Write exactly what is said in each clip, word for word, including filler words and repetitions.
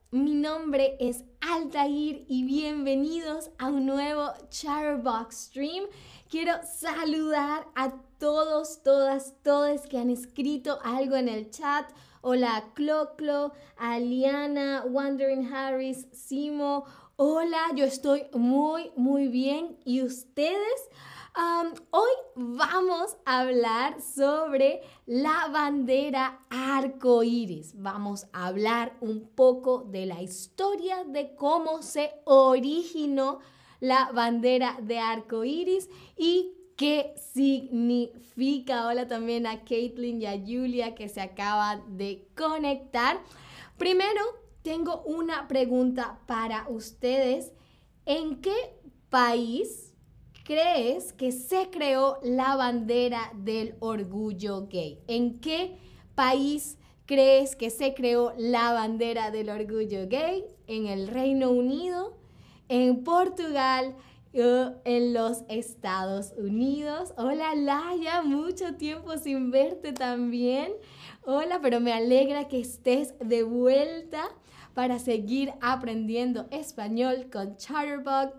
mi nombre es Altair y bienvenidos a un nuevo Chatterbox Stream. Quiero saludar a todos, todas, todos que han escrito algo en el chat. Hola Cloclo, Aliana, Wandering Harris, Simo. Hola, yo estoy muy, muy bien. ¿Y ustedes? Um, hoy vamos a hablar sobre la bandera arcoíris. Vamos a hablar un poco de la historia de cómo se originó la bandera de arcoíris y qué significa. Hola también a Caitlin y a Julia que se acaban de conectar. Primero, tengo una pregunta para ustedes. ¿En qué país crees que se creó la bandera del orgullo gay? ¿En qué país crees que se creó la bandera del orgullo gay? ¿En el Reino Unido? ¿En Portugal? ¿O en los Estados Unidos? Hola Laia, mucho tiempo sin verte también. Hola, pero me alegra que estés de vuelta para seguir aprendiendo español con Chatterbox.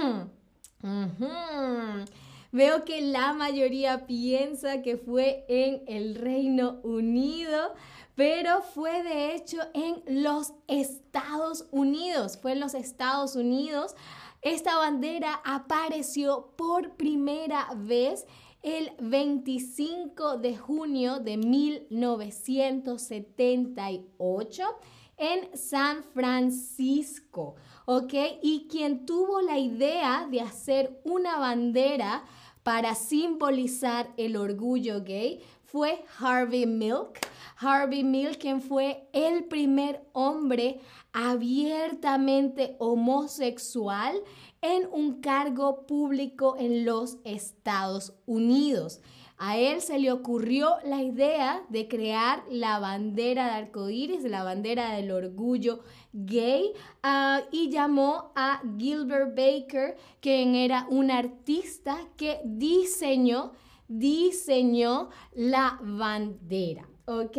Uh-huh. Veo que la mayoría piensa que fue en el Reino Unido, pero fue de hecho en los Estados Unidos. Fue en los Estados Unidos. Esta bandera apareció por primera vez el veinticinco de junio de mil novecientos setenta y ocho en San Francisco, ¿ok? Y quien tuvo la idea de hacer una bandera para simbolizar el orgullo gay fue Harvey Milk. Harvey Milk, quien fue el primer hombre abiertamente homosexual en un cargo público en los Estados Unidos. A él se le ocurrió la idea de crear la bandera de arcoíris, la bandera del orgullo gay, uh, y llamó a Gilbert Baker, quien era un artista que diseñó, diseñó la bandera, ¿ok?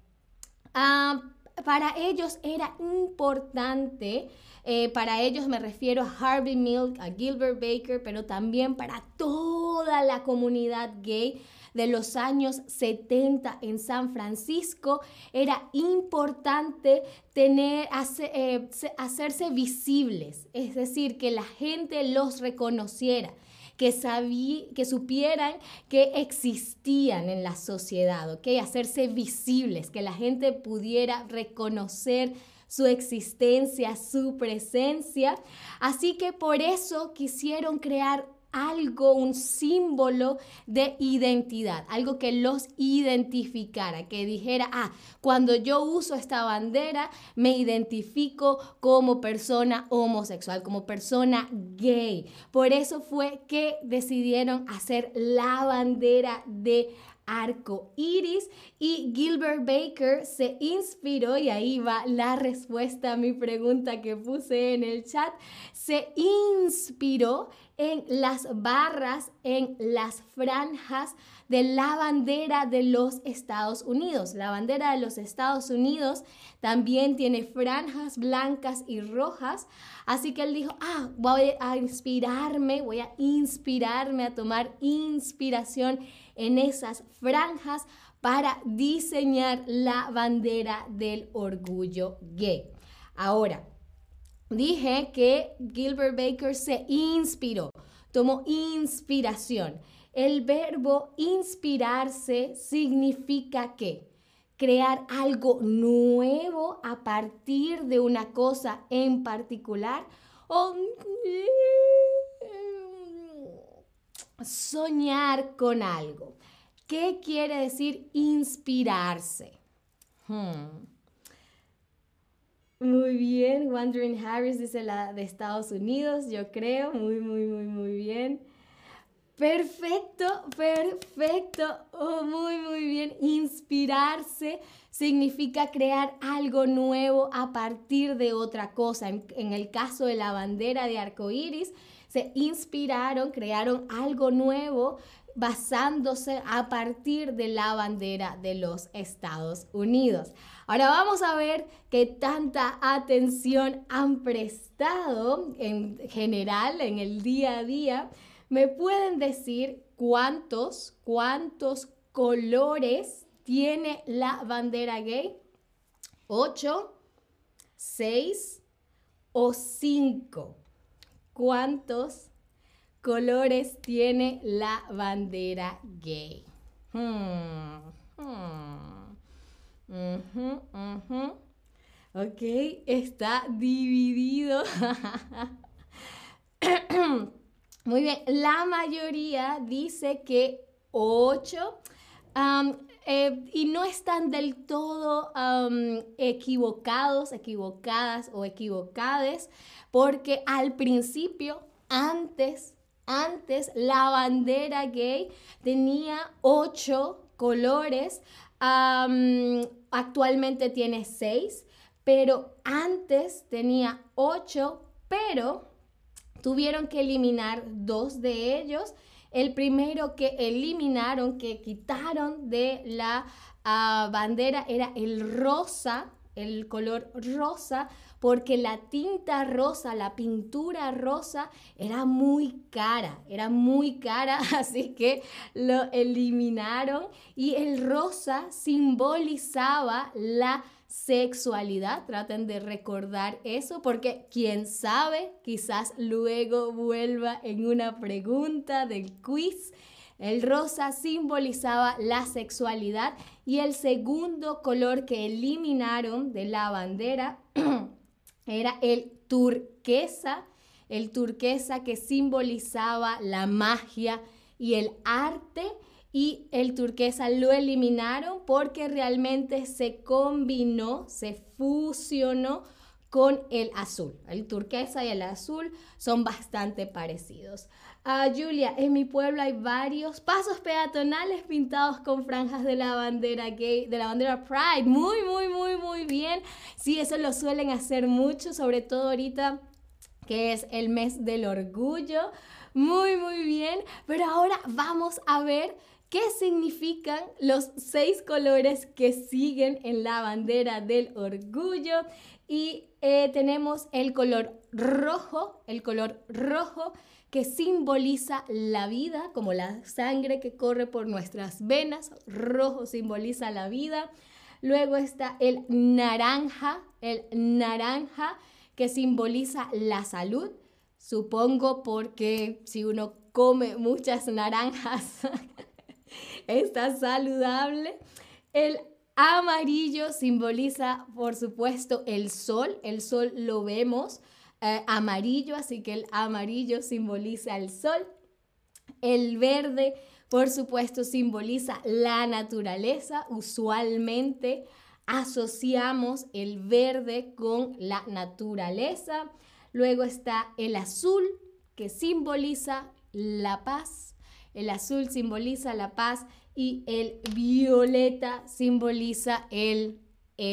Uh, para ellos era importante, eh, para ellos me refiero a Harvey Milk, a Gilbert Baker, pero también para toda la comunidad gay de los años setenta en San Francisco, era importante tener, hacer, eh, hacerse visibles, es decir, que la gente los reconociera, que, sabí, que supieran que existían en la sociedad, ¿ok? Hacerse visibles, que la gente pudiera reconocer su existencia, su presencia. Así que por eso quisieron crear algo, un símbolo de identidad, algo que los identificara, que dijera, ah, cuando yo uso esta bandera me identifico como persona homosexual, como persona gay. Por eso fue que decidieron hacer la bandera de arco iris y Gilbert Baker se inspiró, y ahí va la respuesta a mi pregunta que puse en el chat, se inspiró en las barras, en las franjas de la bandera de los Estados Unidos. La bandera de los Estados Unidos también tiene franjas blancas y rojas, así que él dijo, ah, voy a inspirarme, voy a inspirarme, a tomar inspiración en esas franjas para diseñar la bandera del orgullo gay. Ahora, dije que Gilbert Baker se inspiró, tomó inspiración. El verbo inspirarse significa que crear algo nuevo a partir de una cosa en particular o soñar con algo. ¿Qué quiere decir inspirarse? Hmm. Muy bien, Wandering Harris dice la de Estados Unidos, yo creo, muy, muy, muy, muy bien. Perfecto, perfecto, oh, muy, muy bien. Inspirarse significa crear algo nuevo a partir de otra cosa. En, en el caso de la bandera de arcoíris, se inspiraron, crearon algo nuevo basándose a partir de la bandera de los Estados Unidos. Ahora vamos a ver qué tanta atención han prestado en general en el día a día. ¿Me pueden decir cuántos, cuántos colores tiene la bandera gay? ¿Ocho, seis o cinco? ¿Cuántos colores tiene la bandera gay? Hmm, hmm. Uh-huh, uh-huh. Ok, está dividido. Muy bien, la mayoría dice que ocho. Um, eh, y no están del todo um, equivocados, equivocadas o equivocades, porque al principio, antes, antes, la bandera gay tenía ocho colores. Um, actualmente tiene seis, pero antes tenía ocho, pero tuvieron que eliminar dos de ellos. El primero que eliminaron, que quitaron de la uh, bandera era el rosa, el color rosa, porque la tinta rosa, la pintura rosa era muy cara, era muy cara, así que lo eliminaron y el rosa simbolizaba la sexualidad. Traten de recordar eso porque quién sabe, quizás luego vuelva en una pregunta del quiz. El rosa simbolizaba la sexualidad y el segundo color que eliminaron de la bandera era el turquesa, el turquesa que simbolizaba la magia y el arte, y el turquesa lo eliminaron porque realmente se combinó, se fusionó con el azul. El turquesa y el azul son bastante parecidos. Uh, Julia, en mi pueblo hay varios pasos peatonales pintados con franjas de la bandera gay, de la bandera Pride. Muy, muy, muy, muy bien. Sí, eso lo suelen hacer mucho, sobre todo ahorita que es el mes del orgullo. Muy, muy bien. Pero ahora vamos a ver qué significan los seis colores que siguen en la bandera del orgullo. Y eh, tenemos el color rojo, el color rojo que simboliza la vida, como la sangre que corre por nuestras venas. Rojo simboliza la vida. Luego está el naranja, el naranja que simboliza la salud. Supongo porque si uno come muchas naranjas está saludable. El amarillo simboliza, por supuesto, el sol. El sol lo vemos eh, amarillo, así que el amarillo simboliza el sol. El verde, por supuesto, simboliza la naturaleza. Usualmente asociamos el verde con la naturaleza. Luego está el azul, que simboliza la paz. El azul simboliza la paz y el violeta simboliza el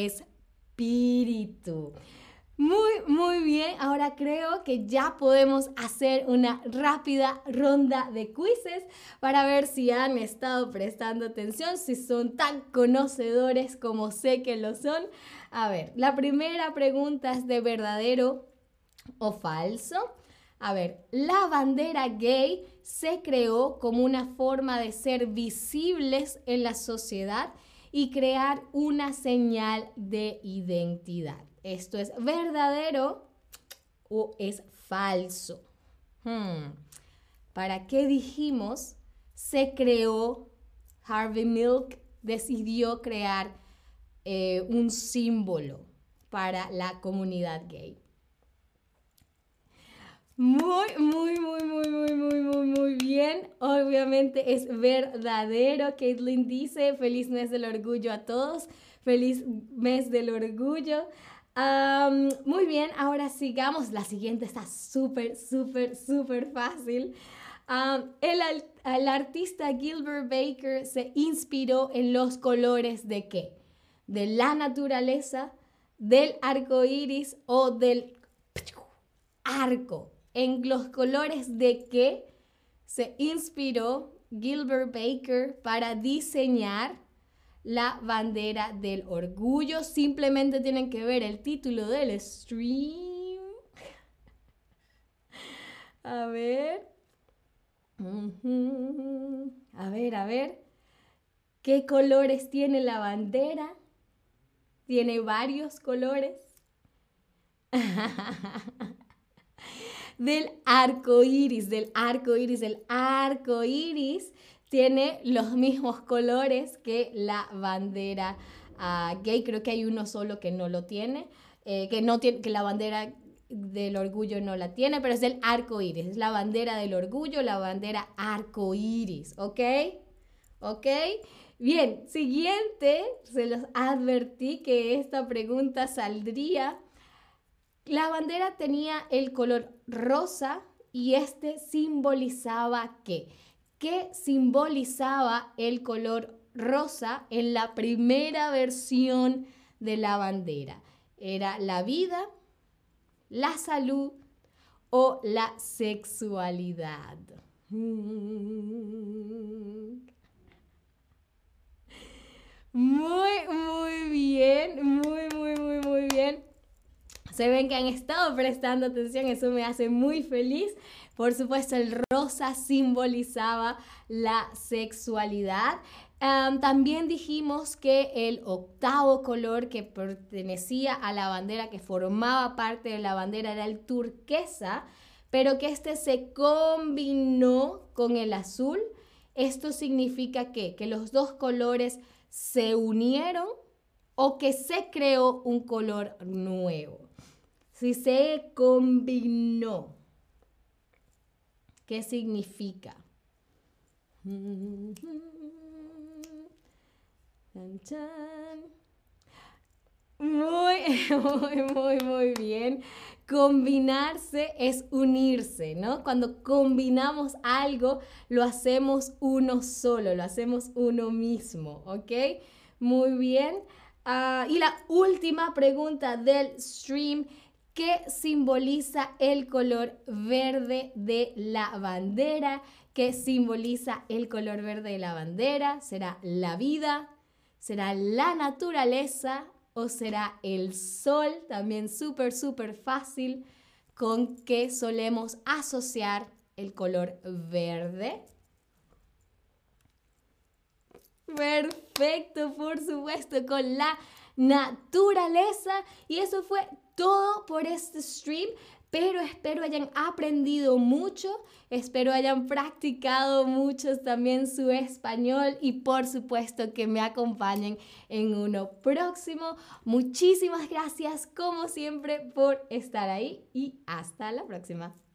espíritu. Muy, muy bien. Ahora creo que ya podemos hacer una rápida ronda de quizzes para ver si han estado prestando atención, si son tan conocedores como sé que lo son. A ver, la primera pregunta es de verdadero o falso. A ver, la bandera gay se creó como una forma de ser visibles en la sociedad y crear una señal de identidad. ¿Esto es verdadero o es falso? Hmm. ¿Para qué dijimos se creó? Harvey Milk decidió crear eh, un símbolo para la comunidad gay. Muy, muy, muy, muy, muy, muy, muy, muy bien. Obviamente es verdadero. Caitlin dice, feliz mes del orgullo a todos. Feliz mes del orgullo. Um, muy bien, ahora sigamos. La siguiente está súper, súper, súper fácil. Um, el, el artista Gilbert Baker se inspiró en los colores de ¿qué? De la naturaleza, del arco iris o del arco. ¿En los colores de qué se inspiró Gilbert Baker para diseñar la bandera del orgullo. Simplemente tienen que ver el título del stream. A ver. Uh-huh. A ver, a ver. ¿Qué colores tiene la bandera? Tiene varios colores. Del arco iris, del arco iris, el arco iris tiene los mismos colores que la bandera uh, gay. Creo que hay uno solo que no lo tiene, eh, que, no tiene, que la bandera del orgullo no la tiene, pero es el arco iris, es la bandera del orgullo, la bandera arco iris, ¿ok? ¿Ok? Bien, siguiente, se los advertí que esta pregunta saldría. La bandera tenía el color rosa y este simbolizaba ¿qué? ¿Qué simbolizaba el color rosa en la primera versión de la bandera? ¿Era la vida, la salud o la sexualidad? Muy, muy bien, muy, muy, muy, muy bien. Se ven que han estado prestando atención, eso me hace muy feliz. Por supuesto, el rosa simbolizaba la sexualidad. Um, también dijimos que el octavo color que pertenecía a la bandera, que formaba parte de la bandera, era el turquesa, pero que este se combinó con el azul. Esto significa ¿qué? Que los dos colores se unieron o que se creó un color nuevo. Si se combinó, ¿qué significa? Muy, muy, muy, muy bien. Combinarse es unirse, ¿no? Cuando combinamos algo, lo hacemos uno solo, lo hacemos uno mismo, ¿ok? Muy bien. Uh, y la última pregunta del stream. ¿Qué simboliza el color verde de la bandera? ¿Qué simboliza el color verde de la bandera? ¿Será la vida? ¿Será la naturaleza? ¿O será el sol? También súper, súper fácil con qué solemos asociar el color verde. Perfecto, por supuesto, con la naturaleza. Y eso fue todo por este stream, pero espero hayan aprendido mucho, espero hayan practicado mucho también su español y por supuesto que me acompañen en uno próximo. Muchísimas gracias como siempre por estar ahí y hasta la próxima.